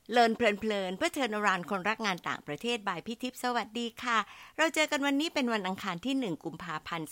เลินเพลินเพื่อเทิร์นอราวด์คนรักงานต่างประเทศบายพี่ทิพย์สวัสดีค่ะเราเจอกันวันนี้เป็นวันอังคารที่1กุมภาพันธ์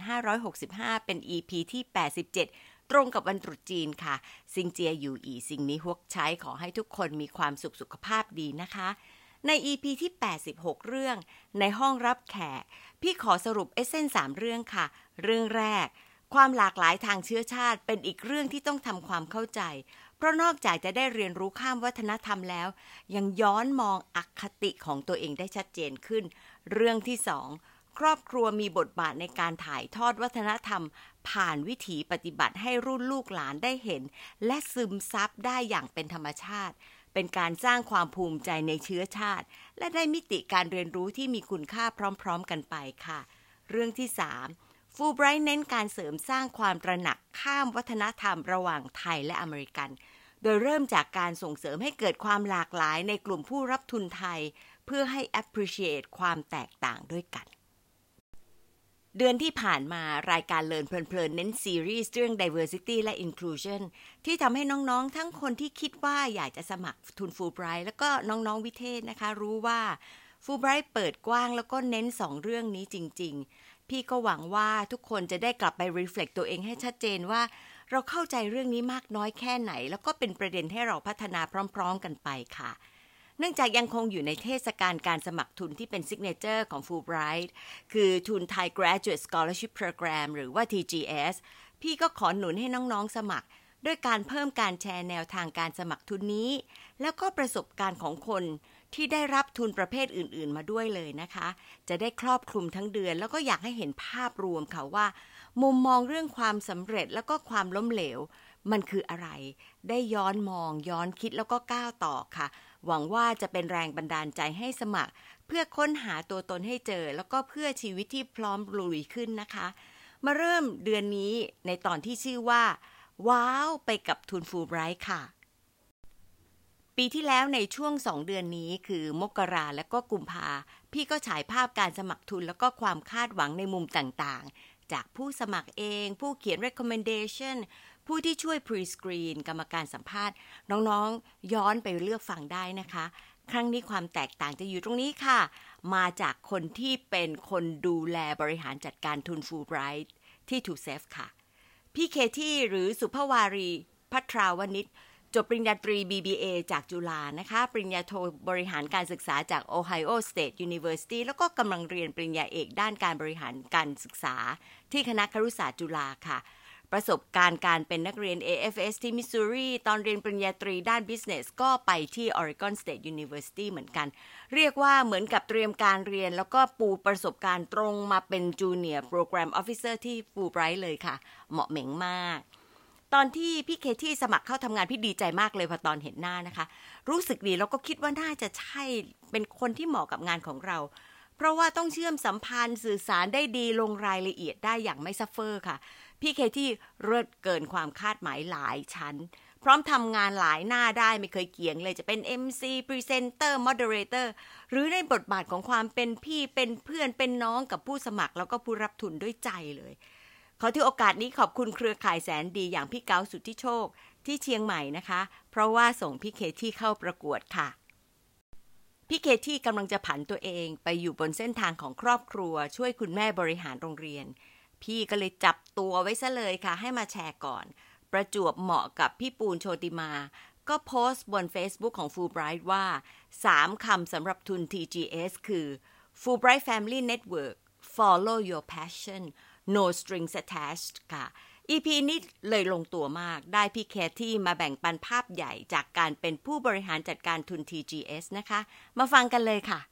2565เป็น EP ที่87ตรงกับวันตรุษจีนค่ะซิงเจียอยู่อีซิงนี้ฮวกใช้ขอให้ทุกคนมีความสุขภาพดีนะคะใน EP ที่86เรื่องในห้องรับแขกพี่ขอสรุปเอเซนส์3เรื่องค่ะเรื่องแรกความหลากหลายทางเชื้อชาติเป็นอีกเรื่องที่ต้องทำความเข้าใจเพราะนอกจากจะได้เรียนรู้ข้ามวัฒนธรรมแล้วยังย้อนมองอคติของตัวเองได้ชัดเจนขึ้นเรื่องที่2ครอบครัวมีบทบาทในการถ่ายทอดวัฒนธรรมผ่านวิถีปฏิบัติให้รุ่นลูกหลานได้เห็นและซึมซับได้อย่างเป็นธรรมชาติเป็นการสร้างความภูมิใจในเชื้อชาติและได้มิติการเรียนรู้ที่มีคุณค่าพร้อมๆกันไปค่ะเรื่องที่3ฟูลไบรท์เน้นการเสริมสร้างความตระหนักข้ามวัฒนธรรมระหว่างไทยและอเมริกันโดยเริ่มจากการส่งเสริมให้เกิดความหลากหลายในกลุ่มผู้รับทุนไทยเพื่อให้ appreciate ความแตกต่างด้วยกันเดือนที่ผ่านมารายการเลินเพลินเน้นซีรีส์เรื่อง diversity และ inclusion ที่ทำให้น้องๆทั้งคนที่คิดว่าอยากจะสมัครทุน Fulbright แล้วก็น้องๆวิเทศนะคะรู้ว่า Fulbright เปิดกว้างแล้วก็เน้น2เรื่องนี้จริงๆพี่ก็หวังว่าทุกคนจะได้กลับไป reflect ตัวเองให้ชัดเจนว่าเราเข้าใจเรื่องนี้มากน้อยแค่ไหนแล้วก็เป็นประเด็นให้เราพัฒนาพร้อมๆกันไปค่ะเนื่องจากยังคงอยู่ในเทศกาลการสมัครทุนที่เป็นซิกเนเจอร์ของ Fulbright คือทุน Thai Graduate Scholarship Program หรือว่า TGS พี่ก็ขอหนุนให้น้องๆสมัครด้วยการเพิ่มการแชร์แนวทางการสมัครทุนนี้แล้วก็ประสบการณ์ของคนที่ได้รับทุนประเภทอื่นๆมาด้วยเลยนะคะจะได้ครอบคลุมทั้งเดือนแล้วก็อยากให้เห็นภาพรวมค่ะว่ามุมมองเรื่องความสำเร็จแล้วก็ความล้มเหลวมันคืออะไรได้ย้อนมองย้อนคิดแล้วก็ก้าวต่อค่ะหวังว่าจะเป็นแรงบันดาลใจให้สมัครเพื่อค้นหาตัวตนให้เจอแล้วก็เพื่อชีวิตที่พร้อมลุยขึ้นนะคะมาเริ่มเดือนนี้ในตอนที่ชื่อว่าว้าวไปกับทุน Fulbright ค่ะปีที่แล้วในช่วง2เดือนนี้คือมกราและก็กุมภาพี่ก็ฉายภาพการสมัครทุนแล้วก็ความคาดหวังในมุมต่างๆจากผู้สมัครเองผู้เขียน recommendation ผู้ที่ช่วย pre-screen กรรมการสัมภาษณ์น้องๆย้อนไปเลือกฟังได้นะคะครั้งนี้ความแตกต่างจะอยู่ตรงนี้ค่ะมาจากคนที่เป็นคนดูแลบริหารจัดการทุน Fulbright ที่ 2SAFE ค่ะพี่เคที่หรือสุภวารีภัทราวณิชจบปริญญาตรี BBA จากจุฬานะคะปริญญาโทบริหารการศึกษาจาก Ohio State University แล้วก็กำลังเรียนปริญญาเอกด้านการบริหารการศึกษาที่คณะครุศาสตร์จุฬาค่ะประสบการณ์การเป็นนักเรียน AFS ที่มิสซูรีตอนเรียนปริญญาตรีด้าน Business ก็ไปที่ Oregon State University เหมือนกันเรียกว่าเหมือนกับเตรียมการเรียนแล้วก็ปูประสบการณ์ตรงมาเป็น Junior Program Officer ที่ Fulbright เลยค่ะเหมาะเหม็งมากตอนที่พี่เคที่สมัครเข้าทำงานพี่ดีใจมากเลยพอตอนเห็นหน้านะคะรู้สึกดีแล้วก็คิดว่าน่าจะใช่เป็นคนที่เหมาะกับงานของเราเพราะว่าต้องเชื่อมสัมพันธ์สื่อสารได้ดีลงรายละเอียดได้อย่างไม่ซัฟเฟอร์ค่ะพี่เคที่เลิศเกินความคาดหมายหลายชั้นพร้อมทำงานหลายหน้าได้ไม่เคยเกี่ยงเลยจะเป็น MC Presenter Moderator หรือในบทบาทของความเป็นพี่เป็นเพื่อนเป็นน้องกับผู้สมัครแล้วก็ผู้รับทุนด้วยใจเลยขอถือโอกาสนี้ขอบคุณเครือข่ายแสนดีอย่างพี่เก๋าสุทธิโชคที่เชียงใหม่นะคะเพราะว่าส่งพี่เคที่เข้าประกวดค่ะพี่เคที่กำลังจะผันตัวเองไปอยู่บนเส้นทางของครอบครัวช่วยคุณแม่บริหารโรงเรียนพี่ก็เลยจับตัวไว้ซะเลยค่ะให้มาแชร์ก่อนประจวบเหมาะกับพี่ปูนโชติมาก็โพสต์บน Facebook ของ Fulbright ว่า3คำสำหรับทุน TGS คือ Fulbright Family Network Follow Your Passion No strings attached ค่ะ EP นี้เลยลงตัวมากได้พี่เคที่มาแบ่งปันภาพใหญ่จากการเป็นผู้บริหารจัดการทุน TGS นะคะมาฟังกันเลยค่ะ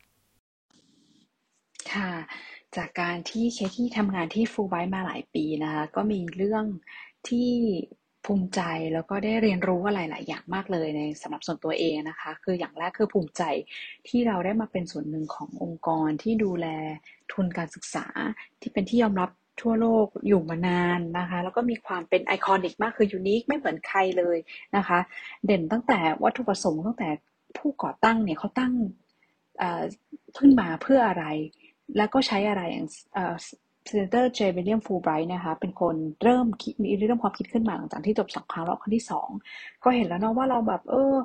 ค่ะจากการที่เคที่ทำงานที่ Fulbright มาหลายปีนะคะก็มีเรื่องที่ภูมิใจแล้วก็ได้เรียนรู้อะไรหลายอย่างมากเลยในสำหรับส่วนตัวเองนะคะคืออย่างแรกคือภูมิใจที่เราได้มาเป็นส่วนหนึ่งขององค์กรที่ดูแลทุนการศึกษาที่เป็นที่ยอมรับทั่วโลกอยู่มานานนะคะแล้วก็มีความเป็นไอคอนิกมากคือยูนิคไม่เหมือนใครเลยนะคะเด่นตั้งแต่วัตถุประสงค์ตั้งแต่ผู้ก่อตั้งเนี่ยเขาตั้งขึ้นมาเพื่ออะไรแล้วก็ใช้อะไรอย่างเซเนเตอร์เจวิลเลียมฟูลไบรท์นะคะเป็นคนเริ่มความคิดขึ้นมาหลังจากที่จบสงครามโลกครั้งที่2ก็เห็นแล้วเนาะว่าเราแบบ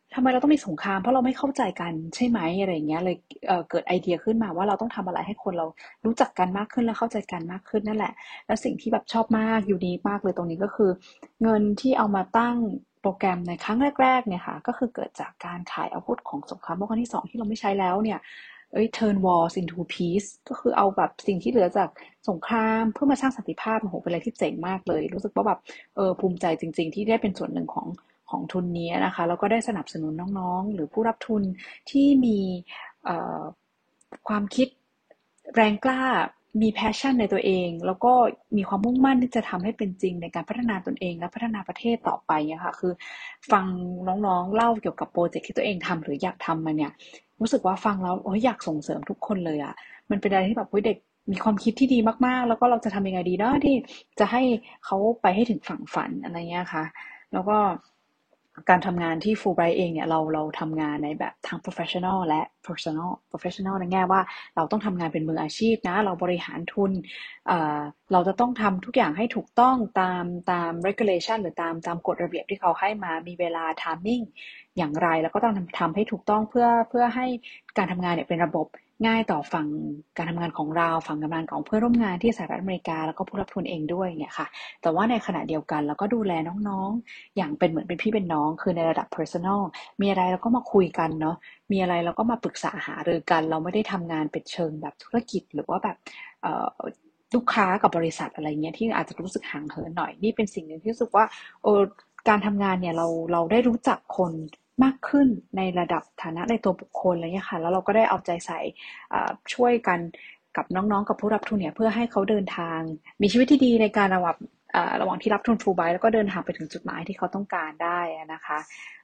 ทำไมเราต้องมีสงครามเพราะเราไม่เข้าใจกันใช่ไหมอะไรอย่างเงี้ยเลยเกิดไอเดียขึ้นมาว่าเราต้องทำอะไรให้คนเรารู้จักกันมากขึ้นและเข้าใจกันมากขึ้นนั่นแหละแล้วสิ่งที่แบบชอบมากยูนิคมากเลยตรงนี้ก็คือเงินที่เอามาตั้งโปรแกรมในครั้งแรกๆเนี่ยค่ะก็คือเกิดจากการขายอาวุธของสงครามโลกครั้งที่สองที่เราไม่ใช้แล้วเนี่ยturn wars into peace ก็คือเอาแบบสิ่งที่เหลือจากสงครามเพื่อมาสร้างสันติภาพโอ้โหเป็นอะไรที่เจ๋งมากเลยรู้สึกว่าแบบภูมิใจจริงๆที่ได้เป็นส่วนหนึ่งของทุนนี้นะคะแล้วก็ได้สนับสนุนน้องๆหรือผู้รับทุนที่มีเอ่อความคิดแรงกล้ามี passion ในตัวเองแล้วก็มีความมุ่งมั่นที่จะทำให้เป็นจริงในการพัฒนาตนเองและพัฒนาประเทศต่อไปเนี่ยค่ะคือฟังน้องๆเล่าเกี่ยวกับโปรเจกต์ที่ตัวเองทำหรืออยากทำมาเนี่ยรู้สึกว่าฟังแล้วโอ้ยอยากส่งเสริมทุกคนเลยอ่ะมันเป็นอะไรที่แบบเด็กมีความคิดที่ดีมากๆแล้วก็เราจะทำยังไงดีเนาะที่จะให้เขาไปให้ถึงฝั่งฝันอะไรเงี้ยค่ะ แล้วก็การทำงานที่ Fulbright เองเนี่ยเราทำงานในแบบทาง professional และ professional ในแง่ว่าเราต้องทำงานเป็นมืออาชีพนะเราบริหารทุนเอ่อเราจะต้องทำทุกอย่างให้ถูกต้องตาม regulation หรือตามกฎระเบียบที่เขาให้มามีเวลา timing อย่างไรแล้วก็ต้องทำให้ถูกต้องเพื่อให้การทำงานเนี่ยเป็นระบบง่ายต่อฝั่งการทำงานของเราฝั่งการทำงานของเพื่อนร่วมงานที่สหรัฐอเมริกาแล้วก็ผู้รับทุนเองด้วยเนี่ยค่ะแต่ว่าในขณะเดียวกันเราก็ดูแลน้องๆอย่างเป็นเหมือนเป็นพี่เป็นน้องคือในระดับ personal มีอะไรเราก็มาคุยกันเนาะมีอะไรเราก็มาปรึกษาหารือกันเราไม่ได้ทำงานเป็นเชิงแบบธุรกิจหรือว่าแบบเอ่อลูกค้ากับบริษัทอะไรเงี้ยที่อาจจะรู้สึกห่างเหินหน่อยนี่เป็นสิ่งหนึ่งที่รู้สึกว่าเออการทำงานเนี่ยเราได้รู้จักคนมากขึ้นในระดับฐานะในตัวบุคคลอะไรเงี้ยค่ะแล้วเราก็ได้เอาใจใส่ช่วยกันกับน้องๆกับผู้รับทุนเนี่ยเพื่อให้เขาเดินทางมีชีวิตที่ดีในการระหว่างที่รับทุนฟูลไบรท์แล้วก็เดินทางไปถึงจุดหมายที่เขาต้องการได้นะคะ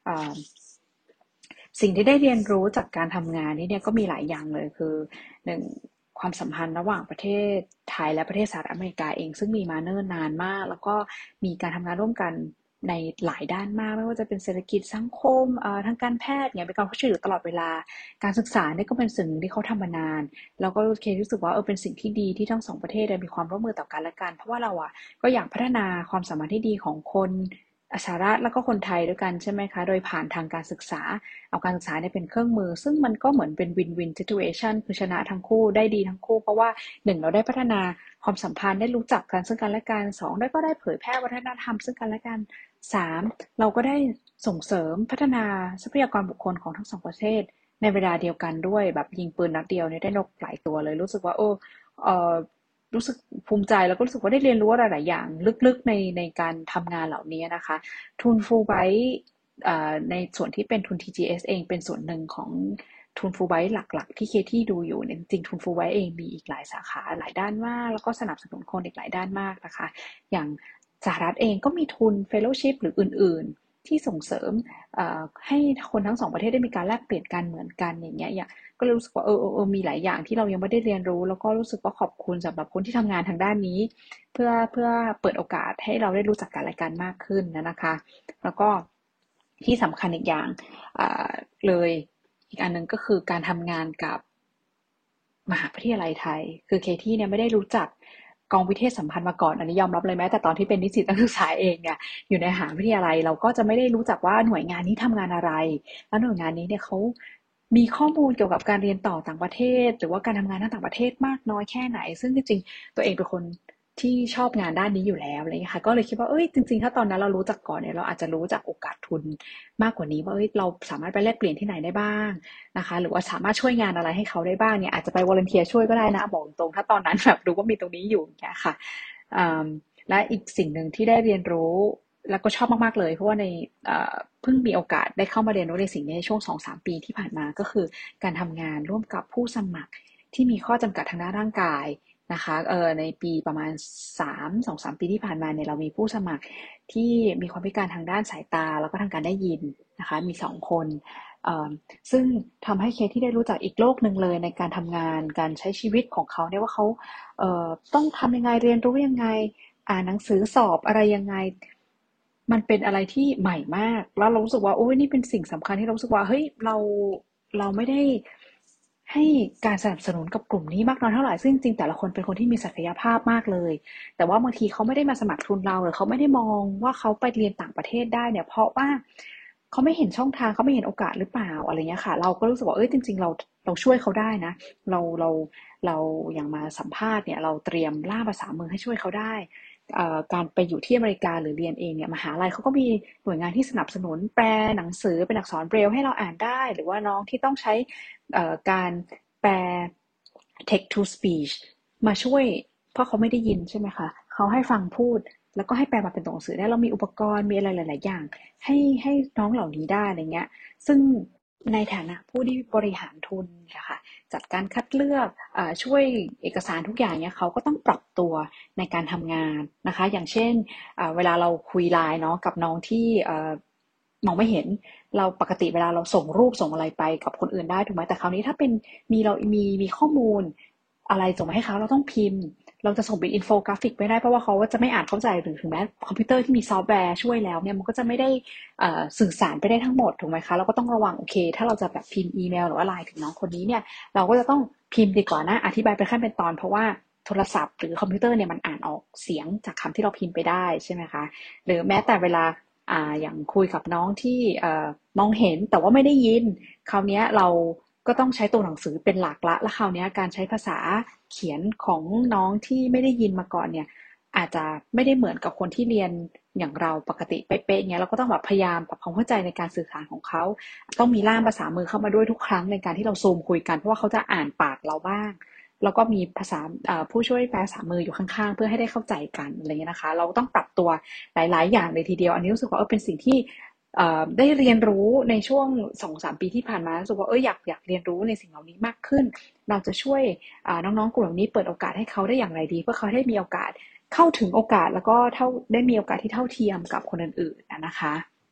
สิ่งที่ได้เรียนรู้จากการทำงานนี้เนี่ยก็มีหลายอย่างเลยคือหนึ่งความสัมพันธ์ระหว่างประเทศไทยและประเทศสหรัฐอเมริกาเองซึ่งมีมาเนิ่นนานมากแล้วก็มีการทำงานร่วมกันในหลายด้านมากไม่ว่าจะเป็นเศรษฐกิจสังคมทางการแพทย์เนี่ยเป็นการช่วยเหลือตลอดเวลาการศึกษาเนี่ยก็เป็นสิ่งที่เขาทำมานานแล้วก็เครู้สึกว่าเป็นสิ่งที่ดีที่ทั้งสองประเทศมีความร่วมมือต่อกันและกันเพราะว่าเราก็อยากพัฒนาความสามารถที่ดีของคนสหรัฐแล้วก็คนไทยด้วยกันใช่ไหมคะโดยผ่านทางการศึกษา เอาการศึกษาเนี่ยเป็นเครื่องมือซึ่งมันก็เหมือนเป็นวินวินซิทูเอชันคือชนะทั้งคู่ได้ดีทั้งคู่เพราะว่าหนึ่งเราได้พัฒนาความสัมพันธ์ได้รู้จักกันซึ่งกันและกันสองได้ก็ได้เผยแพร่วัฒนธรรมซึ่งกันและกันสามเราก็ได้ส่งเสริมพัฒนาทรัพยากรบุคคลของทั้งสองประเทศในเวลาเดียวกันด้วยแบบยิงปืนนัดเดียวเนี่ยได้นกหลายตัวเลยรู้สึกว่าเออรู้สึกภูมิใจแล้วก็รู้สึกว่าได้เรียนรู้อะไรหลายอย่างลึกๆในการทำงานเหล่านี้นะคะทุนฟูลไบรท์ ในส่วนที่เป็นทุน TGS เองเป็นส่วนหนึ่งของทุนฟูลไบรท์หลักๆที่เคที่ดูอยู่เนี่ยจริงๆทุนฟูลไบรท์เองมีอีกหลายสาขาหลายด้านมากแล้วก็สนับสนุนคนอีกหลายด้านมากนะคะอย่างสหรัฐเองก็มีทุน Fellowship หรืออื่นๆที่ส่งเสริมให้คนทั้งสองประเทศได้มีการแลกเปลี่ยนกันเหมือนกันอย่างเงี้ยอย่างก็รู้สึกว่ามีหลายอย่างที่เรายังไม่ได้เรียนรู้แล้วก็รู้สึกว่าขอบคุณสำหรับคนที่ทำงานทางด้านนี้เพื่อเปิดโอกาสให้เราได้รู้จักกันและกันมากขึ้นนะคะแล้วก็ ที่สำคัญอีกอย่างเลยอีกอันหนึงก็คือการทำงานกับมหาวิทยาลัยไทยคือเคที่เนี่ยไม่ได้รู้จักกองวิเทศสัมพันธ์มาก่อนอันนี้ยอมรับเลยแม้แต่ตอนที่เป็นนิสิตนักศึกษาเองเนี่ยอยู่ในมหาวิทยาลัยเราก็จะไม่ได้รู้จักว่าหน่วยงานนี้ทำงานอะไรแล้วหน่วยงานนี้เนี่ยเขามีข้อมูลเกี่ยวกับการเรียนต่อต่างประเทศหรือว่าการทำงานต่างประเทศมากน้อยแค่ไหนซึ่งจริงๆตัวเองเป็นคนที่ชอบงานด้านนี้อยู่แล้วอะไรอย่างเงี้ยค่ะก็เลยคิดว่าจริงๆถ้าตอนนั้นเรารู้จักก่อนเนี่ยเราอาจจะรู้จักโอกาสทุนมากกว่านี้ว่าเราสามารถไปแลกเปลี่ยนที่ไหนได้บ้างนะคะหรือว่าสามารถช่วยงานอะไรให้เขาได้บ้างเนี่ยอาจจะไปวอลันเทียร์ช่วยก็ได้นะบอกตรงถ้าตอนนั้นแบบรู้ว่ามีตรงนี้อยู่เนี่ยค่ะและอีกสิ่งหนึ่งที่ได้เรียนรู้แล้วก็ชอบมากๆเลยเพราะว่าในเพิ่งมีโอกาสได้เข้ามาเรียนรู้ในสิ่งนี้ในช่วง2-3 ปีที่ผ่านมาก็คือการทำงานร่วมกับผู้สมัครที่มีข้อจำกัดทางด้านร่างกายนะคะในปีประมาณ2-3 ปีที่ผ่านมาเนี่ยเรามีผู้สมัครที่มีความพิการทางด้านสายตาแล้วก็ทางการได้ยินนะคะมี2 คนซึ่งทำให้เคสที่ได้รู้จักอีกโลกหนึ่งเลยในการทำงานการใช้ชีวิตของเขาเนี่ยว่าเขาต้องทำยังไงเรียนรู้ยังไงอ่านหนังสือสอบอะไรยังไงมันเป็นอะไรที่ใหม่มากแล้วเรารู้สึกว่าโอ้ยนี่เป็นสิ่งสำคัญที่เรารู้สึกว่าเฮ้ยเราไม่ได้ให้การสนับสนุนกับกลุ่มนี้มากน้อยเท่าไหร่ซึ่งจริงๆแต่ละคนเป็นคนที่มีศักยภาพมากเลยแต่ว่าบางทีเขาไม่ได้มาสมัครทุนเราหรือเขาไม่ได้มองว่าเขาไปเรียนต่างประเทศได้เนี่ยเพราะว่าเขาไม่เห็นช่องทางเขาไม่เห็นโอกาสหรือเปล่าอะไรเงี้ยค่ะเราก็รู้สึกว่าจริงๆเราช่วยเขาได้นะเราเราอย่างมาสัมภาษณ์เนี่ยเราเตรียมล่ามภาษามือให้ช่วยเขาได้การไปอยู่ที่อเมริกาหรือเรียนเองเนี่ยมหาลัยเขาก็มีหน่วยงานที่สนับสนุนแปลหนังสือเป็นอักษรเบรลให้เราอ่านได้หรือว่าน้องที่ต้องใช้การแปล text to speech มาช่วยเพราะเขาไม่ได้ยินใช่ไหมคะเขาให้ฟังพูดแล้วก็ให้แปลมาเป็นตัวหนังสือได้เรามีอุปกรณ์มีอะไรหลายๆอย่างให้น้องเหล่านี้ได้อะไรเงี้ยซึ่งในฐานะผู้ที่บริหารทุนนะคะจัดการคัดเลือกช่วยเอกสารทุกอย่างเนี่ยเขาก็ต้องปรับตัวในการทำงานนะคะอย่างเช่นเวลาเราคุยไลน์เนาะกับน้องที่มองไม่เห็นเราปกติเวลาเราส่งรูปส่งอะไรไปกับคนอื่นได้ถูกไหมแต่คราวนี้ถ้าเป็นมีข้อมูลอะไรส่งมาให้เขาเราต้องพิมพ์เราจะส่งเป็นอินโฟกราฟิกไม่ได้เพราะว่าเขาจะไม่อ่านเข้าใจหรือถึงแม้คอมพิวเตอร์ที่มีซอฟต์แวร์ช่วยแล้วเนี่ยมันก็จะไม่ได้สื่อสารไปได้ทั้งหมดถูกไหมคะเราก็ต้องระวังโอเคถ้าเราจะแบบพิมพ์อีเมลหรือว่าไลน์ถึงน้องคนนี้เนี่ยเราก็จะต้องพิมพ์ดีกว่านะอธิบายเป็นขั้นเป็นตอนเพราะว่าโทรศัพท์หรือคอมพิวเตอร์เนี่ยมันอ่านออกเสียงจากคำที่เราพิมพ์ไปได้ใช่ไหมคะหรือแม้แต่เวลาอย่างคุยกับน้องที่มองเห็นแต่ว่าไม่ได้ยินคราวนี้เราก็ต้องใช้ตัวหนังสือเป็นหลักละแล้วคราวนี้การใช้ภาษาเขียนของน้องที่ไม่ได้ยินมาก่อนเนี่ยอาจจะไม่ได้เหมือนกับคนที่เรียนอย่างเราปกติเป๊ะๆเงี้ยเราก็ต้องแบบพยายามปรับความเข้าใจในการสื่อสารของเขาต้องมีล่ามภาษามือเข้ามาด้วยทุกครั้งในการที่เราซูมคุยกันเพราะว่าเขาจะอ่านปากเราบ้างแล้วก็มีภาษาผู้ช่วยแปลภาษามืออยู่ข้างๆเพื่อให้ได้เข้าใจกันอะไรเงี้ยนะคะเราต้องปรับตัวหลายๆอย่างเลยทีเดียวอันนี้รู้สึกว่าเป็นสิ่งที่ได้เรียนรู้ในช่วง2-3 ปีที่ผ่านมารู้สึกว่าอยากเรียนรู้ในสิ่งเหล่านี้มากขึ้นเราจะช่วยน้องๆกลุ่มเหล่านี้เปิดโอกาสให้เขาได้อย่างไรดีเพื่อเขาได้มีโอกาสเข้าถึงโอกาสแล้วก็ได้มีโอกาสที่เท่าเทียมกับคนอื่นๆนะคะ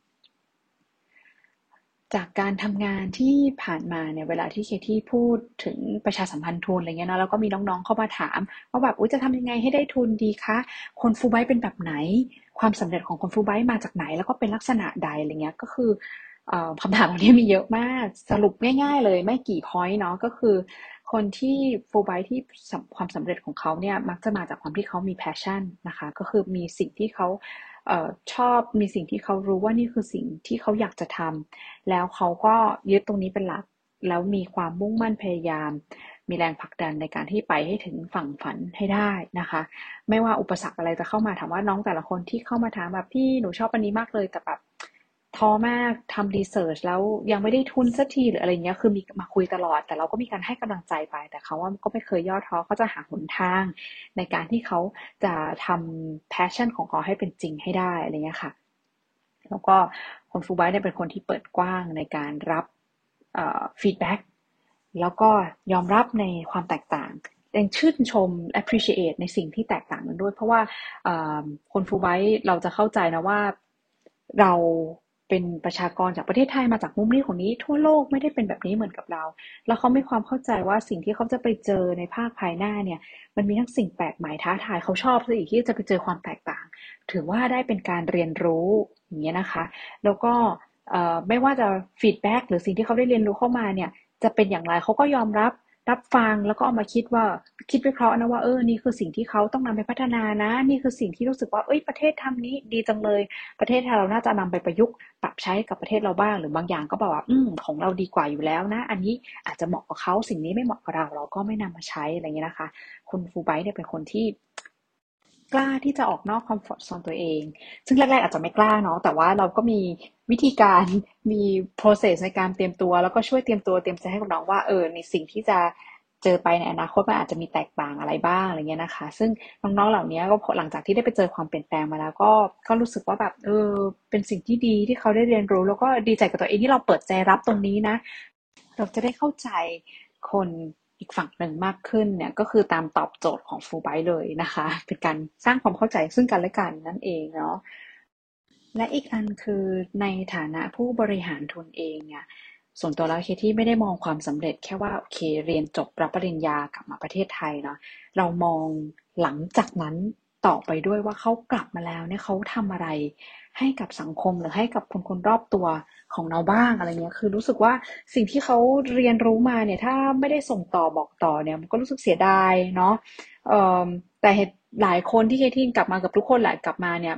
จากการทำงานที่ผ่านมาเนี่ยเวลาที่เคที่พูดถึงประชาสัมพันธ์ทุนอะไรเงี้ยเนาะแล้วก็มีน้องๆเข้ามาถามว่าแบบอุ๊ยจะทำยังไงให้ได้ทุนดีคะคนฟูลไบรท์เป็นแบบไหนความสำเร็จของคนฟูลไบรท์มาจากไหนแล้วก็เป็นลักษณะใดอะไรเงี้ยก็คือคำถามเหล่านี้มีเยอะมากสรุปง่ายๆเลยไม่กี่ point เนาะก็คือคนที่ฟูลไบรท์ที่ความสำเร็จของเขาเนี่ยมักจะมาจากความที่เขามี passion นะคะก็คือมีสิ่งที่เขาชอบมีสิ่งที่เขารู้ว่านี่คือสิ่งที่เขาอยากจะทำ แล้วเขาก็ยึดตรงนี้เป็นหลักแล้วมีความมุ่งมั่นพยายามมีแรงผลักดันในการที่ไปให้ถึงฝั่งฝันให้ได้นะคะไม่ว่าอุปสรรคอะไรจะเข้ามาถามว่าน้องแต่ละคนที่เข้ามาถามแบบพี่หนูชอบอันนี้มากเลยแต่แบบท้อมากทำรีเสิร์ชแล้วยังไม่ได้ทุนสักทีหรืออะไรเงี้ยคือมีมาคุยตลอดแต่เราก็มีการให้กำลังใจไปแต่เขาว่าก็ไม่เคยย่อท้อเขาจะหาหนทางในการที่เขาจะทำ passion ของเขาให้เป็นจริงให้ได้อะไรเงี้ยค่ะ แล้วก็คนฟูลไบรท์เนี่ยเป็นคนที่เปิดกว้างในการรับฟีดแบ็กแล้วก็ยอมรับในความแตกต่างยังชื่นชม appreciate ในสิ่งที่แตกต่างกันด้วยเพราะว่าคนฟูลไบรท์เราจะเข้าใจนะว่าเราเป็นประชากรจากประเทศไทยมาจากมุมนี้ของนี้ทั่วโลกไม่ได้เป็นแบบนี้เหมือนกับเราแล้วเขามีความเข้าใจว่าสิ่งที่เขาจะไปเจอในภาคภายหน้าเนี่ยมันมีทั้งสิ่งแปลกใหม่ท้าทายเขาชอบซะอีกที่จะไปเจอความแตกต่าง ถือว่าได้เป็นการเรียนรู้อย่างเงี้ยนะคะแล้วก็ไม่ว่าจะฟีดแบ็กหรือสิ่งที่เขาได้เรียนรู้เข้ามาเนี่ยจะเป็นอย่างไรเขาก็ยอมรับฟังแล้วก็เอามาคิดวิเคราะห์นะว่านี่คือสิ่งที่เขาต้องนำไปพัฒนานะนี่คือสิ่งที่รู้สึกว่าประเทศทำนี้ดีจังเลยประเทศไทยเราน่าจะนำไปประยุกต์ปรับใช้กับประเทศเราบ้างหรือบางอย่างก็บอกว่าของเราดีกว่าอยู่แล้วนะอันนี้อาจจะเหมาะกับเขาสิ่งนี้ไม่เหมาะกับเราก็ไม่นำมาใช้อะไรเงี้ยนะคะคุณฟูไบเนี่ยเป็นคนที่ กล้าที่จะออกนอกคอมฟอร์ z โซนตัวเอง ซึ่งแรกๆอาจจะไม่กล้าเนาะแต่ว่าเราก็มีวิธีการมี process ในการเตรียมตัวแล้วก็ช่วยเตรียมตัวเตรียมใจให้กับน้องว่าในสิ่งที่จะเจอไปในอนาคตมันอาจจะมีแตกต่างอะไรบ้างอะไรเงี้ยนะคะซึ่งน้องๆเหล่านี้ก็หลังจากที่ได้ไปเจอความเปลี่ยนแปลงมาแล้วก็รู้สึกว่าแบบเป็นสิ่งที่ดีที่เขาได้เรียนรู้แล้วก็ดีใจกับตัวเองที่เราเปิดใจรับตรงนี้นะ เราจะได้เข้าใจคนอีกฝั่งหนึ่งมากขึ้นเนี่ยก็คือตามตอบโจทย์ของ Fulbright เลยนะคะเป็นการสร้างความเข้าใจซึ่งกันและกันนั่นเองเนาะและอีกอันคือในฐานะผู้บริหารทุนเองเนี่ยส่วนตัวแล้วเคที่ไม่ได้มองความสำเร็จแค่ว่าโอเคเรียนจบรับปริญญากลับมาประเทศไทยเนาะเรามองหลังจากนั้นต่อไปด้วยว่าเขากลับมาแล้วเนี่ยเขาทำอะไรให้กับสังคมหรือให้กับคนๆรอบตัวของเราบ้างอะไรเงี้ยคือรู้สึกว่าสิ่งที่เขาเรียนรู้มาเนี่ยถ้าไม่ได้ส่งต่อบอกต่อเนี่ยมันก็รู้สึกเสียดายเนาะเอ่อแต่เหตุหลายคนที่เคที่กลับมากับทุกคนแหละกลับมาเนี่ย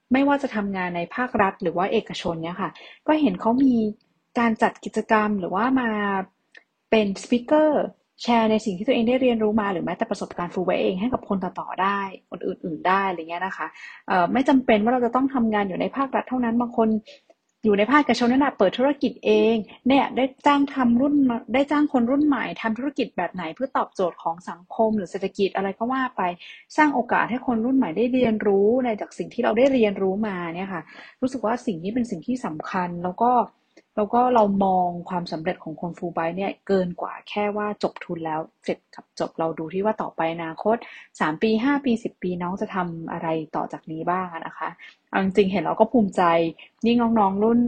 ไม่ว่าจะทำงานในภาครัฐหรือว่าเอกชนเนี่ยค่ะก็เห็นเขามีการจัดกิจกรรมหรือว่ามาเป็นสปีกเกอร์แชร์ในสิ่งที่ตัวเองได้เรียนรู้มาหรือแม้แต่ประสบการณ์ฟูลไว้เองให้กับคนต่อๆได้คนอื่นๆได้อะไรเงี้ยนะคะไม่จำเป็นว่าเราจะต้องทำงานอยู่ในภาครัฐเท่านั้นบางคนอยู่ในภาคเอกชนนั่นแหละเปิดธุรกิจเองเนี่ยได้จ้างคนรุ่นใหม่ทำธุรกิจแบบไหนเพื่อตอบโจทย์ของสังคมหรือเศรษฐกิจอะไรก็ว่าไปสร้างโอกาสให้คนรุ่นใหม่ได้เรียนรู้ในจากสิ่งที่เราได้เรียนรู้มาเนี่ยค่ะรู้สึกว่าสิ่งนี้เป็นสิ่งที่สำคัญแล้วก็เรามองความสำเร็จของคนฟูลไบรท์เนี่ยเกินกว่าแค่ว่าจบทุนแล้วเสร็จกับจบเราดูที่ว่าต่อไปอนาคต3 ปี5 ปี10 ปีน้องจะทำอะไรต่อจากนี้บ้างนะคะเอาจริงๆเห็นเราก็ภูมิใจยิ่งน้องๆรุ่น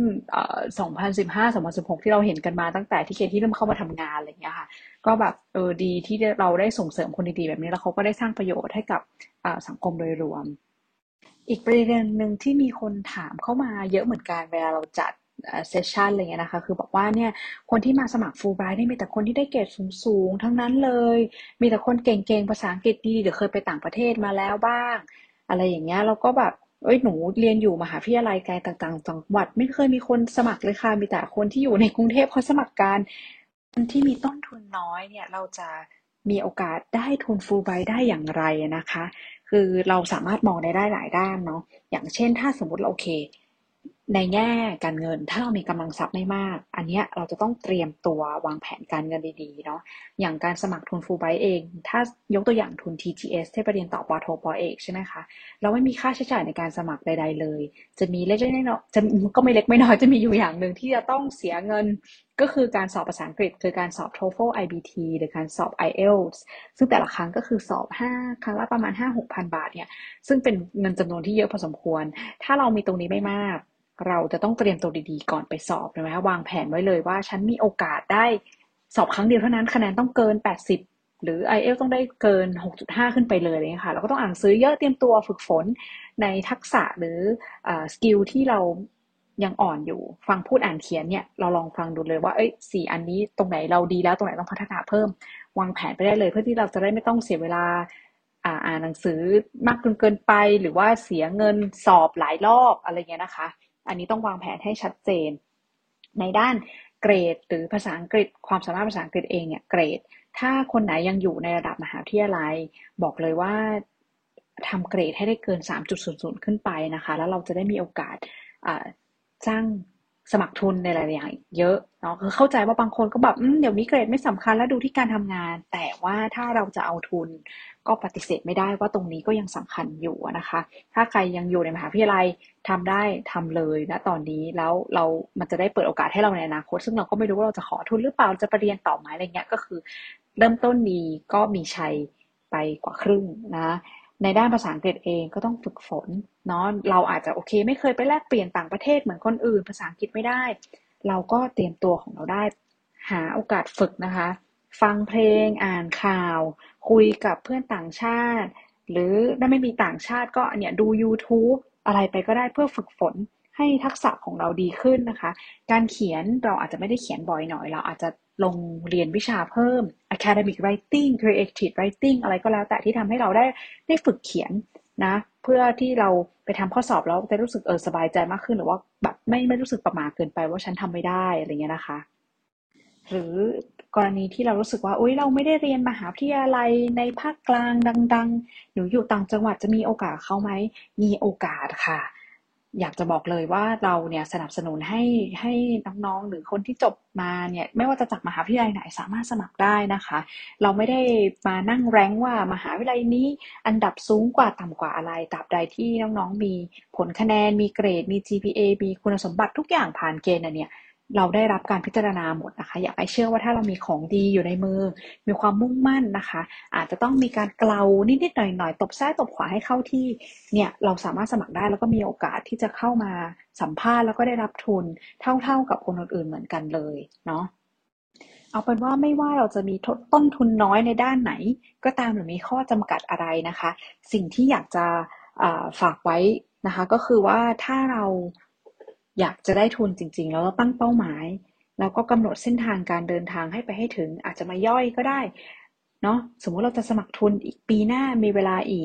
2015 2016ที่เราเห็นกันมาตั้งแต่ที่เคที่เริ่มเข้ามาทำงานอะไรอย่างเงี้ยค่ะก็แบบดีที่เราได้ส่งเสริมคนดีๆแบบนี้แล้วเขาก็ได้สร้างประโยชน์ให้กับสังคมโดยรวม อีกประเด็นหนึ่งที่มีคนถามเข้ามาเยอะเหมือนกันเวลาเราจัดเซสชันอะไรเงี้ยนะคะคือบอกว่าเนี่ยคนที่มาสมัครฟูลไบรท์นี่มีแต่คนที่ได้เกรดสูงๆทั้งนั้นเลยมีแต่คนเก่งๆภาษาอังกฤษดีหรือเคยไปต่างประเทศมาแล้วบ้างอะไรอย่างเงี้ยเราก็แบบหนูเรียนอยู่มหาวิทยาลัยไกลต่างๆจังหวัดไม่เคยมีคนสมัครเลยค่ะมีแต่คนที่อยู่ในกรุงเทพเขาสมัครกันคนที่มีต้นทุนน้อยเนี่ยเราจะมีโอกาสได้ทุนฟูลไบรท์ได้อย่างไรนะคะ คือเราสามารถมองได้หลายด้านเนาะอย่างเช่นถ้าสมมติเราโอเคในแง่การเงินถ้าเรามีกำลังทรัพย์ไม่มากอันเนี้ยเราจะต้องเตรียมตัววางแผนการเงินดีๆเนาะอย่างการสมัครทุนฟูลไบรท์เองถ้ายกตัวอย่างทุน TGS ที่ไปเรียนต่อปอโทปอเอกใช่ไหมคะเราไม่มีค่าใช้จ่ายในการสมัครใดๆเลยจะมีเล็กๆน้อยๆจะก็ไม่เล็กไม่น้อยจะมีอยู่อย่างหนึ่งที่จะต้องเสียเงินก็คือการสอบภาษาอังกฤษคือการสอบ TOEFL IBT หรือการสอบ IELTS ซึ่งแต่ละครั้งก็คือสอบครั้งละประมาณ5-6 พันบาทเนี่ยซึ่งเป็นเงินจำนวนที่เยอะพอสมควรถ้าเรามีตรงนี้ไม่มากเราจะต้องเตรียมตัวดีๆก่อนไปสอบเลยไหมคะวางแผนไว้เลยว่าฉันมีโอกาสได้สอบครั้งเดียวเท่านั้นคะแนนต้องเกิน80หรือ IELTS ต้องได้เกิน6.5ขึ้นไปเลยเลยค่ะเราก็ต้องอ่านหนังสือเยอะเตรียมตัวฝึกฝนในทักษะหรือสกิลที่เรายังอ่อนอยู่ฟังพูดอ่านเขียนเนี่ยเราลองฟังดูเลยว่า4 อันนี้ตรงไหนเราดีแล้วตรงไหนต้องพัฒนาเพิ่มวางแผนไปได้เลยเพื่อที่เราจะได้ไม่ต้องเสียเวลาอ่านหนังสือมากจนเกินไปหรือว่าเสียเงินสอบหลายรอบอะไรเงี้ยนะคะอันนี้ต้องวางแผนให้ชัดเจนในด้านเกรดหรือภาษาอังกฤษความสามารถภาษาอังกฤษเองเนี่ยเกรดถ้าคนไหนยังอยู่ในระดับมหาวิทยาลัยบอกเลยว่าทำเกรดให้ได้เกิน3.00ขึ้นไปนะคะแล้วเราจะได้มีโอกาสจ้างสมัครทุนในหลายๆอย่างเยอะเนาะคือเข้าใจว่าบางคนก็แบบเดี๋ยวนี้เกรดไม่สำคัญแล้วดูที่การทำงานแต่ว่าถ้าเราจะเอาทุนก็ปฏิเสธไม่ได้ว่าตรงนี้ก็ยังสำคัญอยู่นะคะถ้าใครยังอยู่ในมหาวิทยาลัยทำได้ทำเลยนะตอนนี้แล้วมันจะได้เปิดโอกาสให้เราในอนาคตซึ่งเราก็ไม่รู้ว่าเราจะขอทุนหรือเปล่าจะไปเรียนต่อไหมอะไรเงี้ยก็คือเริ่มต้นดีก็มีชัยไปกว่าครึ่งนะในด้านภาษาอังกฤษเองก็ต้องฝึกฝนเนาะเราอาจจะโอเคไม่เคยไปแลกเปลี่ยนต่างประเทศเหมือนคนอื่นภาษาอังกฤษไม่ได้เราก็เตรียมตัวของเราได้หาโอกาสฝึกนะคะฟังเพลงอ่านข่าวคุยกับเพื่อนต่างชาติหรือถ้าไม่มีต่างชาติก็เนี่ยดู YouTube อะไรไปก็ได้เพื่อฝึกฝนให้ทักษะของเราดีขึ้นนะคะการเขียนเราอาจจะไม่ได้เขียนบ่อยหน่อยเราอาจจะลงเรียนวิชาเพิ่ม academic writing creative writing อะไรก็แล้วแต่ที่ทำให้เราได้ฝึกเขียนนะเพื่อที่เราไปทำข้อสอบแล้วจะรู้สึกสบายใจมากขึ้นหรือว่าแบบไม่รู้สึกประหม่าเกินไปว่าฉันทำไม่ได้อะไรเงี้ยนะคะ หรือกรณีที่เรารู้สึกว่าอุ๊ยเราไม่ได้เรียนมหาวิทยาลัยในภาคกลางดังๆหนูอยู่ต่างจังหวัดจะมีโอกาสเข้าไหมมีโอกาสค่ะอยากจะบอกเลยว่าเราเนี่ยสนับสนุนให้น้องๆหรือคนที่จบมาเนี่ยไม่ว่าจะจากมหาวิทยาลัยไหนสามารถสมัครได้นะคะเราไม่ได้มานั่งแร้งว่ามหาวิทยาลัยนี้อันดับสูงกว่าต่ำกว่าอะไรตราบใดที่น้องๆมีผลคะแนนมีเกรดมี GPA มีคุณสมบัติทุกอย่างผ่านเกณฑ์เนี่ย เราได้รับการพิจารณาหมดนะคะอยากให้เชื่อว่าถ้าเรามีของดีอยู่ในมือมีความมุ่งมั่นนะคะอาจจะต้องมีการเกลานิดๆหน่อยๆตบซ้ายตบขวาให้เข้าที่เนี่ยเราสามารถสมัครได้แล้วก็มีโอกาสที่จะเข้ามาสัมภาษณ์แล้วก็ได้รับทุนเท่าๆกับคนอื่นๆเหมือนกันเลยเนาะเอาเป็นว่าไม่ว่าเราจะมีต้นทุนน้อยในด้านไหนก็ตามหรือมีข้อจำกัดอะไรนะคะสิ่งที่อยากจะฝากไว้นะคะก็คือว่าถ้าเราอยากจะได้ทุนจริงๆแล้วเราตั้งเป้าหมายแล้วก็กำหนดเส้นทางการเดินทางให้ไปให้ถึงอาจจะมาย่อยก็ได้เนาะสมมุติเราจะสมัครทุนอีกปีหน้ามีเวลาอีก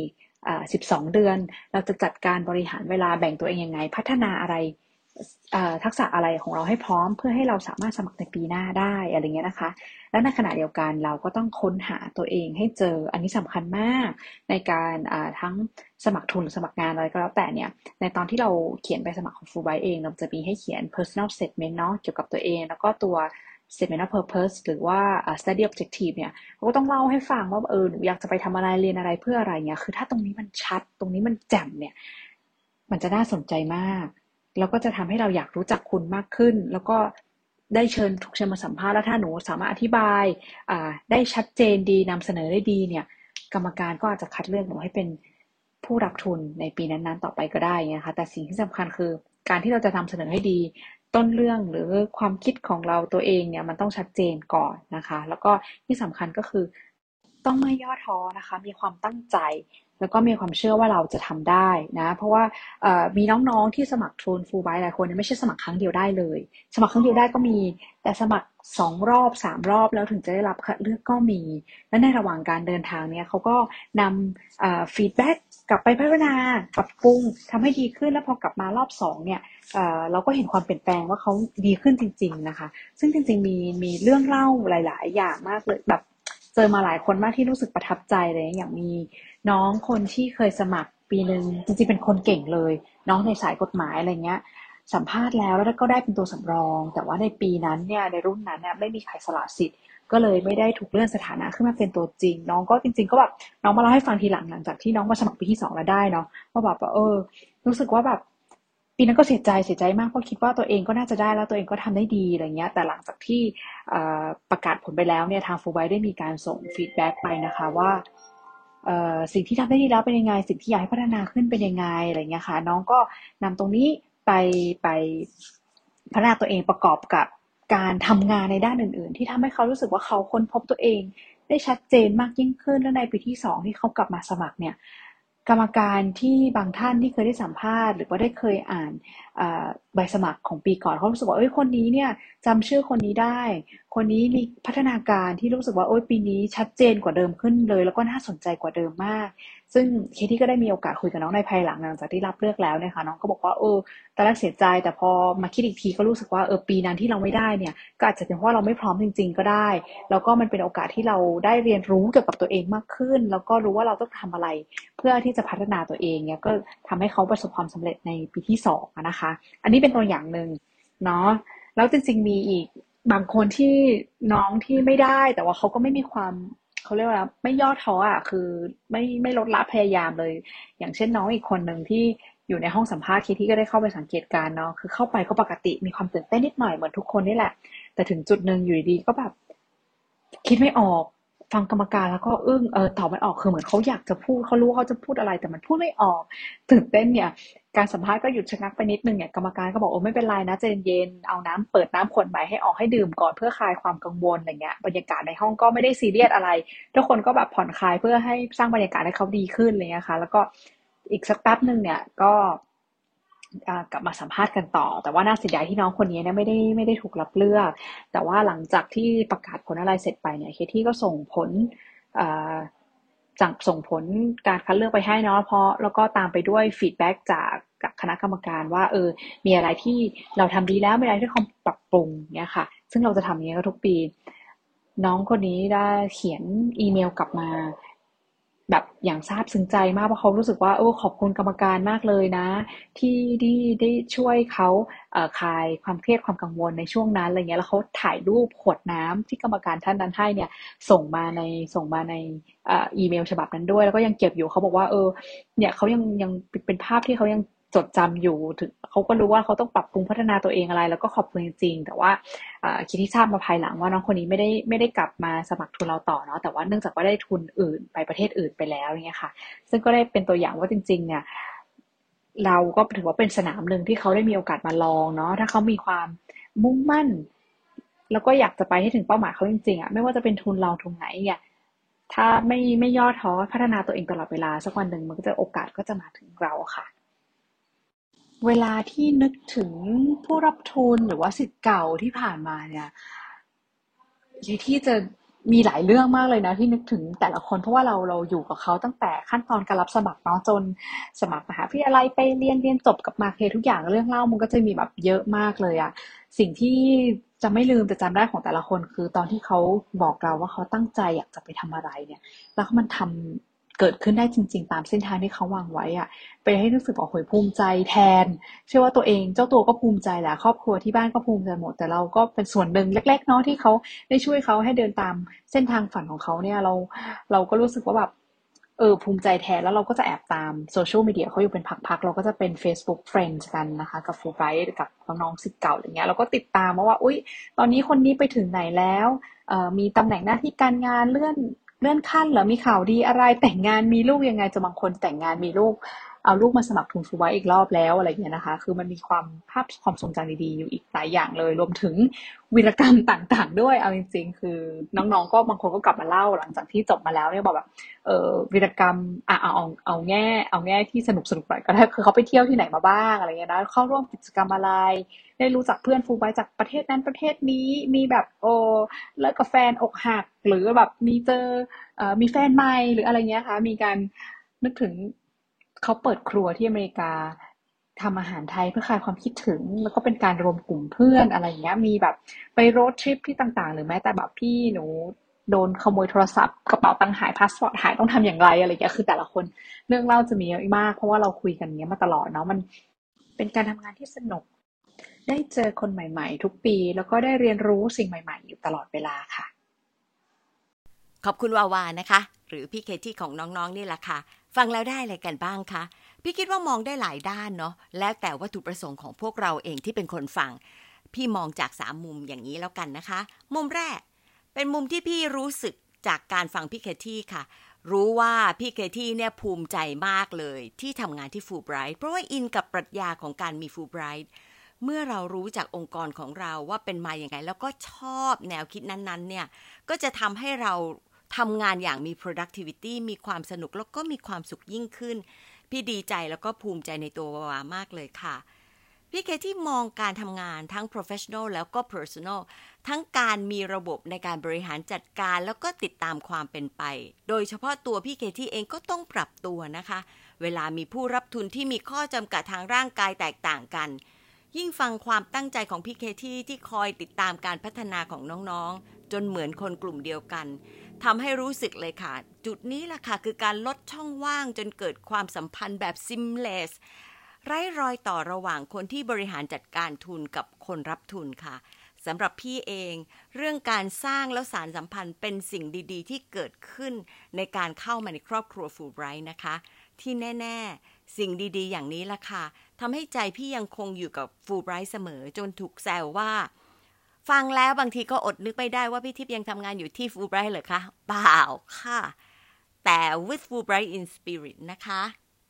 12เดือนเราจะจัดการบริหารเวลาแบ่งตัวเองยังไงพัฒนาอะไรทักษะอะไรของเราให้พร้อมเพื่อให้เราสามารถสมัครในปีหน้าได้อะไรเงี้ยนะคะแล้วในขณะเดียวกันเราก็ต้องค้นหาตัวเองให้เจออันนี้สำคัญมากในการทั้งสมัครทุนหรือสมัครงานอะไรก็แล้วแต่เนี่ยในตอนที่เราเขียนใบสมัครของ Fulbright เองเราจะมีให้เขียน personal statement เนาะเกี่ยวกับตัวเองแล้วก็ตัว statement of purpose หรือว่าstudy objective เนี่ยเขาก็ต้องเล่าให้ฟังว่าหนูอยากจะไปทำอะไรเรียนอะไรเพื่ออะไรเนี่ยคือถ้าตรงนี้มันชัดตรงนี้มันแจ่มเนี่ยมันจะน่าสนใจมากแล้วก็จะทำให้เราอยากรู้จักคุณมากขึ้นแล้วก็ได้ถูกเชิญมาสัมภาษณ์แล้วถ้าหนูสามารถอธิบายได้ชัดเจนดีนำเสนอได้ดีเนี่ยกรรมการก็อาจจะคัดเลือกหนูให้เป็นผู้รับทุนในปีนั้นๆต่อไปก็ได้นะคะแต่สิ่งที่สำคัญคือการที่เราจะนำเสนอให้ดีต้นเรื่องหรือความคิดของเราตัวเองเนี่ยมันต้องชัดเจนก่อนนะคะแล้วก็ที่สำคัญก็คือต้องไม่ย่อท้อนะคะมีความตั้งใจแล้วก็มีความเชื่อว่าเราจะทำได้นะเพราะว่ามีน้องๆที่สมัครทุน Fulbright หลายคนไม่ใช่สมัครครั้งเดียวได้เลยสมัครครั้งเดียวได้ก็มีแต่สมัคร2 รอบ 3 รอบแล้วถึงจะได้รับคัดเลือกก็มีและในระหว่างการเดินทางเนี่ยเขาก็นำฟีดแบ็กกลับไปพัฒนาปรับปรุงทำให้ดีขึ้นแล้วพอกลับมารอบ2เนี่ยเราก็เห็นความเปลี่ยนแปลงว่าเขาดีขึ้นจริงๆนะคะซึ่งจริงๆมีเรื่องเล่าหลายๆอย่างมากเลยแบบเจอมาหลายคนมากที่รู้สึกประทับใจเลยอย่างมีน้องคนที่เคยสมัครปีนึงจริงๆเป็นคนเก่งเลยน้องในสายกฎหมายอะไรเงี้ยสัมภาษณ์แล้วก็ได้เป็นตัวสำรองแต่ว่าในปีนั้นเนี่ยในรุ่นนั้นเนี่ยไม่มีใครสละสิทธิ์ก็เลยไม่ได้ถูกเลื่อนสถานะขึ้นมาเป็นตัวจริงน้องก็จริงๆก็แบบน้องมาเล่าให้ฟังทีหลังจากที่น้องมาสมัครปีที่2แล้วได้เนาะว่าแบบรู้สึกว่าแบบปีนั้นก็เสียใจมากเพราะคิดว่าตัวเองก็น่าจะได้แล้วตัวเองก็ทำได้ดีอะไรเงี้ยแต่หลังจากที่ประกาศผลไปแล้วเนี่ยทาง Fulbright ได้มีการส่งฟีดแบ็กไปนะคะว่าสิ่งที่ทำได้ดีแล้วเป็นยังไงสิ่งที่อยากให้พัฒนาขึ้นเป็นยังไงอะไรเงี้ยค่ะน้องก็นำตรงนี้ไปพัฒนาตัวเองประกอบกับการทำงานในด้านอื่นๆที่ทำให้เขารู้สึกว่าเขาค้นพบตัวเองได้ชัดเจนมากยิ่งขึ้นและในปีที่2ที่เขากลับมาสมัครเนี่ยกรรมการที่บางท่านที่เคยได้สัมภาษณ์หรือว่าได้เคยอ่านใบสมัครของปีก่อนเขารู้สึกว่าคนนี้เนี่ยจำชื่อคนนี้ได้คนนี้มีพัฒนาการที่รู้สึกว่าปีนี้ชัดเจนกว่าเดิมขึ้นเลยแล้วก็น่าสนใจกว่าเดิมมากซึ่งเคที่ก็ได้มีโอกาสคุยกับน้องในภายหลังจากที่รับเลือกแล้วเนี่ยค่ะน้องก็บอกว่าตอนแรกเสียใจแต่พอมาคิดอีกทีก็รู้สึกว่าปีนั้นที่เราไม่ได้เนี่ยก็อาจจะเป็นเพราะเราไม่พร้อมจริงๆก็ได้แล้วก็มันเป็นโอกาสที่เราได้เรียนรู้เกี่ยวกับตัวเองมากขึ้นแล้วก็รู้ว่าเราต้องทำอะไรเพื่อที่จะพัฒนาตัวเองเนี่ยก็ทำให้เขาประสบความสำเร็จในปีที่2นะคะอันนี้เป็นตัวอย่างหนึ่งเนาะแล้วจริงๆมีอีกบางคนที่น้องที่ไม่ได้แต่ว่าเขาก็ไม่มีความเขาเรียกว่าไม่ย่อท้อคือไม่ลดละพยายามเลยอย่างเช่นน้องอีกคนหนึ่งที่อยู่ในห้องสัมภาษณ์เคที่ก็ได้เข้าไปสังเกตการณ์เนาะคือเข้าไปก็ปกติมีความตื่นเต้นนิดหน่อยเหมือนทุกคนนี่แหละแต่ถึงจุดหนึ่งอยู่ดีๆก็แบบคิดไม่ออกฟังกรรมการแล้วก็อึ้งตอบไม่ออกคือเหมือนเขาอยากจะพูดเขารู้ว่าเขาจะพูดอะไรแต่มันพูดไม่ออกตื่นเต้นเนี่ยการสัมภาษณ์ก็หยุดชะงักไปนิดนึงเนี่ยกรรมการก็บอกไม่เป็นไรนะใจเย็นๆเอาน้ำเปิดน้ำขวดใหม่ให้ออกให้ดื่มก่อนเพื่อคลายความกังวลอะไรเงี้ยบรรยากาศในห้องก็ไม่ได้ซีเรียสอะไรทุกคนก็แบบผ่อนคลายเพื่อให้สร้างบรรยากาศให้เขาดีขึ้นอะไรเงี้ยค่ะแล้วก็อีกสักแป๊บนึงเนี่ยก็กลับมาสัมภาษณ์กันต่อแต่ว่าน่าเสียดายที่น้องคนนี้เนี่ยไม่ได้ถูกรับเลือกแต่ว่าหลังจากที่ประกาศผลอะไรเสร็จไปเนี่ยเคที่ก็ส่งผลจากส่งผลการคัดเลือกไปให้เนาะเพราะแล้วก็ตามไปด้วยฟีดแบ็กจากคณะกรรมการว่ามีอะไรที่เราทำดีแล้วมีอะไรที่ควรปรับปรุงเนี่ยค่ะซึ่งเราจะทำอย่างนี้ก็ทุกปีน้องคนนี้ได้เขียนอีเมลกลับมาแบบอย่างซาบซึ้งใจมากเพราะเขารู้สึกว่าขอบคุณกรรมการมากเลยนะที่ได้ช่วยเขาคลายความเครียดความกังวลในช่วงนั้นอะไรเงี้ยแล้วเขาถ่ายรูปขวดน้ำที่กรรมการท่านนั้นให้เนี่ยส่งมาในอีเมลฉบับนั้นด้วยแล้วก็ยังเก็บอยู่เขาบอกว่าเนี่ยเขายังเป็นภาพที่เขายังจดจำอยู่ถึงเขาก็รู้ว่าเขาต้องปรับปรุงพัฒนาตัวเองอะไรแล้วก็ขอบคุณจริงๆแต่ว่าคิดที่ทราบมาภายหลังว่าน้องคนนี้ไม่ได้กลับมาสมัครทุนเราต่อเนาะแต่ว่าเนื่องจากว่าได้ทุนอื่นไปประเทศอื่นไปแล้วเนี่ยค่ะซึ่งก็ได้เป็นตัวอย่างว่าจริงๆเนี่ยเราก็ถือว่าเป็นสนามหนึ่งที่เขาได้มีโอกาสมาลองเนาะถ้าเขามีความมุ่งมั่นแล้วก็อยากจะไปให้ถึงเป้าหมายเขาจริงๆไม่ว่าจะเป็นทุนเราทุนไหนเนี่ยถ้าไม่ย่อท้อพัฒนาตัวเองตลอดเวลาสักวันหนึ่งมันก็จะโอกาสก็จะมาถึงเราค่ะ เวลาที่นึกถึงผู้รับทุนหรือว่าศิษย์เก่าที่ผ่านมาเนี่ยที่จะมีหลายเรื่องมากเลยนะที่นึกถึงแต่ละคนเพราะว่าเราอยู่กับเขาตั้งแต่ขั้นตอนการรับสมัครเนาะจนสมัครมหาวิทยาลัยไปเรียนจบกับมาเคทุกอย่างเรื่องเล่ามันก็จะมีแบบเยอะมากเลยอะสิ่งที่จะไม่ลืมจะจำได้ของแต่ละคนคือตอนที่เขาบอกเราว่าเขาตั้งใจอยากจะไปทำอะไรเนี่ยแล้วมันทำเกิดขึ้นได้จริงๆตามเส้นทางที่เขาวางไว้อะไปให้รู้สึกโอ้ยภูมิใจแทน เชื่อว่าตัวเองเจ้าตัวก็ภูมิใจแหละครอบครัวที่บ้านก็ภูมิใจหมดแต่เราก็เป็นส่วนหนึ่งเล็กๆเนาะที่เขาได้ช่วยเขาให้เดินตามเส้นทางฝันของเขาเนี่ยเราก็รู้สึกว่าแบบภูมิใจแทนแล้วเราก็จะแอบตามโซเชียลมีเดียเขาอยู่เป็นพักๆเราก็จะเป็น Facebook Friends กันนะคะกับ Fulbright กับน้องๆศิษย์เก่าอย่างเงี้ยเราก็ติดตามว่าอุ๊ยตอนนี้คนนี้ไปถึงไหนแล้วมีตำแหน่งหน้าที่การงานเลื่อนขั้นเหรอมีข่าวดีอะไรแต่งงานมีลูกยังไงจะบางคนแต่งงานมีลูก เอาลูกมาสมัครทุนฟูลไบรท์อีกรอบแล้วอะไรอย่างเงี้ยนะคะคือมันมีความภาพความทรงจำดีๆอยู่อีกหลายอย่างเลยรวมถึงวีรกรรมต่างๆด้วยเอาจริงๆคือน้องๆก็บางคนก็กลับมาเล่าหลังจากที่จบมาแล้วเนี่ยบอกแบบวีรกรรมเอาแง่ที่สนุกๆหน่อยก็ได้คือเขาไปเที่ยวที่ไหนมาบ้างอะไรเงี้ยนะเข้าร่วมกิจกรรมอะไรได้รู้จักเพื่อนฟูลไบรท์จากประเทศนั้นประเทศนี้มีแบบเลิกกับแฟนอกหักหรือแบบมีเจอมีแฟนใหม่หรืออะไรเงี้ยค่ะมีการนึกถึง เขาเปิดครัวที่อเมริกาทำอาหารไทยเพื่อคลายความคิดถึงแล้วก็เป็นการรวมกลุ่มเพื่อนอะไรอย่างเงี้ยมีแบบไปโรดทริปที่ต่างๆหรือแม้แต่แบบพี่หนูโดนขโมยโทรศัพท์กระเป๋าตังค์หายพาสปอร์ตหายต้องทำอย่างไรอะไรอย่างเงี้ยคือแต่ละคนเรื่องเล่าจะมีเยอะมากเพราะว่าเราคุยกันอย่างเงี้ยมาตลอดเนาะมันเป็นการทำงานที่สนุกได้เจอคนใหม่ๆทุกปีแล้วก็ได้เรียนรู้สิ่งใหม่ๆอยู่ตลอดเวลาค่ะขอบคุณวาวานะคะหรือพี่เคที่ของน้องๆนี่แหละค่ะฟังแล้วได้อะไรกันบ้างคะพี่คิดว่ามองได้หลายด้านเนาะแล้วแต่วัตถุประสงค์ของพวกเราเองที่เป็นคนฟังพี่มองจาก3มุมอย่างนี้แล้วกันนะคะมุมแรกเป็นมุมที่พี่รู้สึกจากการฟังพี่เคที่ค่ะรู้ว่าพี่เคที่เนี่ยภูมิใจมากเลยที่ทำงานที่ฟูลไบรท์เพราะว่าอินกับปรัชญาของการมีฟูลไบรท์เมื่อเรารู้จากองค์กรของเราว่าเป็นมาอย่างไรแล้วก็ชอบแนวคิดนั้นๆเนี่ยก็จะทำให้เราทำงานอย่างมี productivity มีความสนุกแล้วก็มีความสุขยิ่งขึ้นพี่ดีใจแล้วก็ภูมิใจในตัววาวามากเลยค่ะพี่เคที่มองการทำงานทั้ง professional แล้วก็ personal ทั้งการมีระบบในการบริหารจัดการแล้วก็ติดตามความเป็นไปโดยเฉพาะตัวพี่เคที่เองก็ต้องปรับตัวนะคะเวลามีผู้รับทุนที่มีข้อจำกัดทางร่างกายแตกต่างกันยิ่งฟังความตั้งใจของพี่เคที่คอยติดตามการพัฒนาของน้องๆจนเหมือนคนกลุ่มเดียวกันทำให้รู้สึกเลยค่ะจุดนี้แหละค่ะคือการลดช่องว่างจนเกิดความสัมพันธ์แบบ seamless ไร้รอยต่อระหว่างคนที่บริหารจัดการทุนกับคนรับทุนค่ะสำหรับพี่เองเรื่องการสร้างแล้วสานสัมพันธ์เป็นสิ่งดีๆที่เกิดขึ้นในการเข้ามาในครอบครัวฟูลไบรท์นะคะที่แน่ๆสิ่งดีๆอย่างนี้ล่ะค่ะทำให้ใจพี่ยังคงอยู่กับฟูลไบรท์เสมอจนถูกแซวว่าฟังแล้วบางทีก็อดนึกไม่ได้ว่าพี่ทิพย์ยังทำงานอยู่ที่ฟูลไบรท์เหรอคะเปล่าค่ะแต่ with Fulbright in spirit นะคะ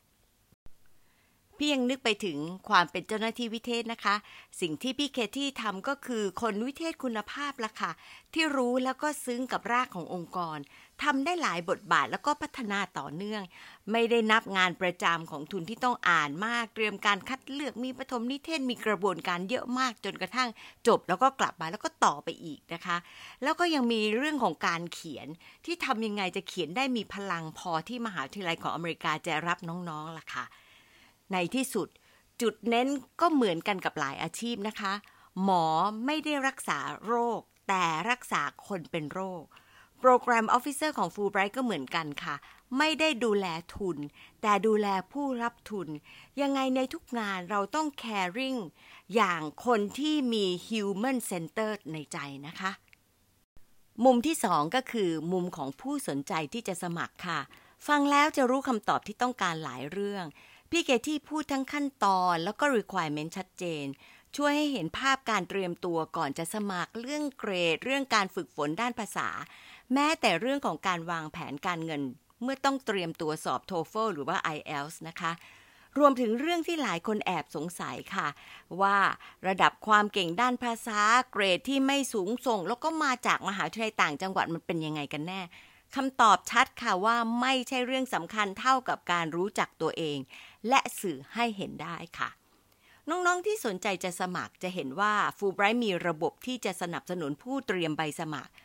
พี่ยังนึกไปถึงความเป็นเจ้าหน้าที่วิเทศนะคะสิ่งที่พี่เคที่ทำก็คือคนวิเทศคุณภาพล่ะค่ะที่รู้แล้วก็ซึ้งกับรากขององค์กรทำได้หลายบทบาทแล้วก็พัฒนาต่อเนื่องไม่ได้นับงานประจำของทุนที่ต้องอ่านมากเตรียมการคัดเลือกมีปฐมนิเทศมีกระบวนการเยอะมากจนกระทั่งจบแล้วก็กลับมาแล้วก็ต่อไปอีกนะคะแล้วก็ยังมีเรื่องของการเขียนที่ทำยังไงจะเขียนได้มีพลังพอที่มหาวิทยาลัยของอเมริกาจะรับน้องๆล่ะค่ะในที่สุดจุดเน้นก็เหมือนกันกับหลายอาชีพนะคะหมอไม่ได้รักษาโรคแต่รักษาคนเป็นโรคโปรแกรมออฟฟิเซอร์ของฟูลไบรท์ก็เหมือนกันค่ะไม่ได้ดูแลทุนแต่ดูแลผู้รับทุนยังไงในทุกงานเราต้อง caring อย่างคนที่มี human centered ในใจนะคะมุมที่2ก็คือมุมของผู้สนใจที่จะสมัครค่ะฟังแล้วจะรู้คำตอบที่ต้องการหลายเรื่องพี่เกที่พูดทั้งขั้นตอนแล้วก็ requirement ชัดเจนช่วยให้เห็นภาพการเตรียมตัวก่อนจะสมัครเรื่องเกรดเรื่องการฝึกฝนด้านภาษาแม้แต่เรื่องของการวางแผนการเงินเมื่อต้องเตรียมตัวสอบ TOEFL หรือว่า IELTS นะคะรวมถึงเรื่องที่หลายคนแอบสงสัยค่ะว่าระดับความเก่งด้านภาษาเกรดที่ไม่สูงส่งแล้วก็มาจากมหาวิทยาลัยต่างจังหวัดมันเป็นยังไงกันแน่คำตอบชัดค่ะว่าไม่ใช่เรื่องสำคัญเท่ากับการรู้จักตัวเองและสื่อให้เห็นได้ค่ะน้องๆที่สนใจจะสมัครจะเห็นว่าฟูลไบรท์มีระบบที่จะสนับสนุนผู้เตรียมใบสมัคร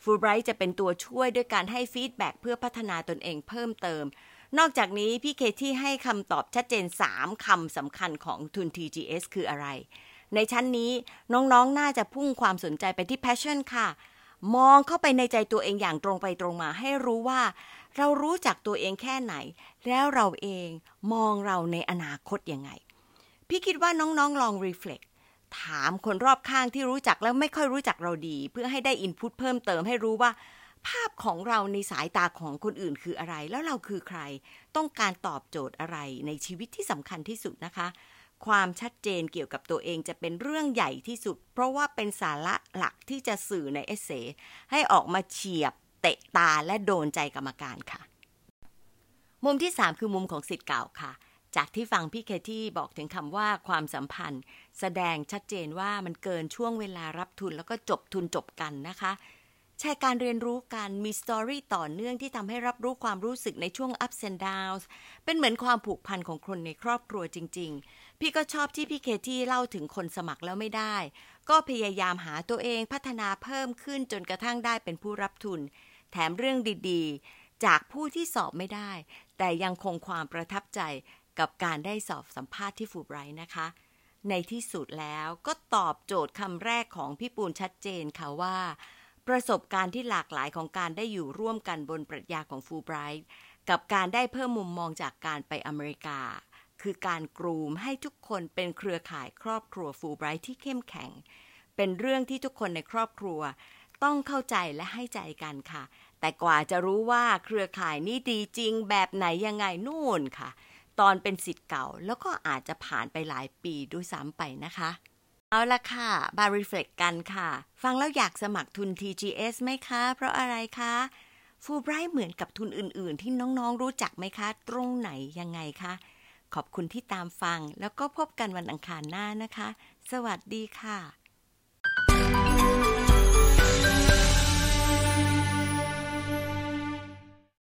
Fulbright จะเป็นตัวช่วยด้วยการให้ฟีดแบ็กเพื่อพัฒนาตนเองเพิ่มเติมนอกจากนี้พี่เคที่ให้คำตอบชัดเจน3คำสำคัญของทุน TGS คืออะไรในชั้นนี้น้องๆน่าจะพุ่งความสนใจไปที่ passion ค่ะมองเข้าไปในใจตัวเองอย่างตรงไปตรงมาให้รู้ว่าเรารู้จักตัวเองแค่ไหนแล้วเราเองมองเราในอนาคตยังไงพี่คิดว่าน้องๆลอง reflect ถามคนรอบข้างที่รู้จักแล้วไม่ค่อยรู้จักเราดีเพื่อให้ได้ input เพิ่มเติมให้รู้ว่าภาพของเราในสายตาของคนอื่นคืออะไรแล้วเราคือใครต้องการตอบโจทย์อะไรในชีวิตที่สำคัญที่สุดนะคะความชัดเจนเกี่ยวกับตัวเองจะเป็นเรื่องใหญ่ที่สุดเพราะว่าเป็นสาระหลักที่จะสื่อในเอเซให้ออกมาเฉียบเตะตาและโดนใจกรรมการค่ะมุมที่3คือมุมของศิษย์เก่าค่ะจากที่ฟังพี่เคที่บอกถึงคำว่าความสัมพันธ์แสดงชัดเจนว่ามันเกินช่วงเวลารับทุนแล้วก็จบทุนจบกันนะคะใช่การเรียนรู้กันมีสตอรี่ต่อเนื่องที่ทำให้รับรู้ความรู้สึกในช่วง ups and downs เป็นเหมือนความผูกพันของคนในครอบครัวจริงๆพี่ก็ชอบที่พี่เคที่เล่าถึงคนสมัครแล้วไม่ได้ก็พยายามหาตัวเองพัฒนาเพิ่มขึ้นจนกระทั่งได้เป็นผู้รับทุนแถมเรื่องดีๆจากผู้ที่สอบไม่ได้แต่ยังคงความประทับใจกับการได้สอบสัมภาษณ์ที่ฟูลไบรท์นะคะในที่สุดแล้วก็ตอบโจทย์คำแรกของพี่ปูนชัดเจนค่ะว่าประสบการณ์ที่หลากหลายของการได้อยู่ร่วมกันบนปรัชญาของฟูลไบรท์กับการได้เพิ่มมุมมองจากการไปอเมริกาคือการกรูมให้ทุกคนเป็นเครือข่ายครอบครัวฟูลไบรท์ที่เข้มแข็งเป็นเรื่องที่ทุกคนในครอบครัวต้องเข้าใจและให้ใจกันค่ะแต่กว่าจะรู้ว่าเครือข่ายนี้ดีจริงแบบไหนยังไงนู่นค่ะตอนเป็นศิษย์เก่าแล้วก็อาจจะผ่านไปหลายปีด้วยซ้ำไปนะคะเอาละค่ะมารีเฟล็กกันค่ะฟังแล้วอยากสมัครทุน TGS ไหมคะเพราะอะไรคะฟูลไบรท์เหมือนกับทุนอื่นๆที่น้องๆรู้จักไหมคะตรงไหนยังไงคะขอบคุณที่ตามฟังแล้วก็พบกันวันอังคารหน้านะคะสวัสดีค่ะ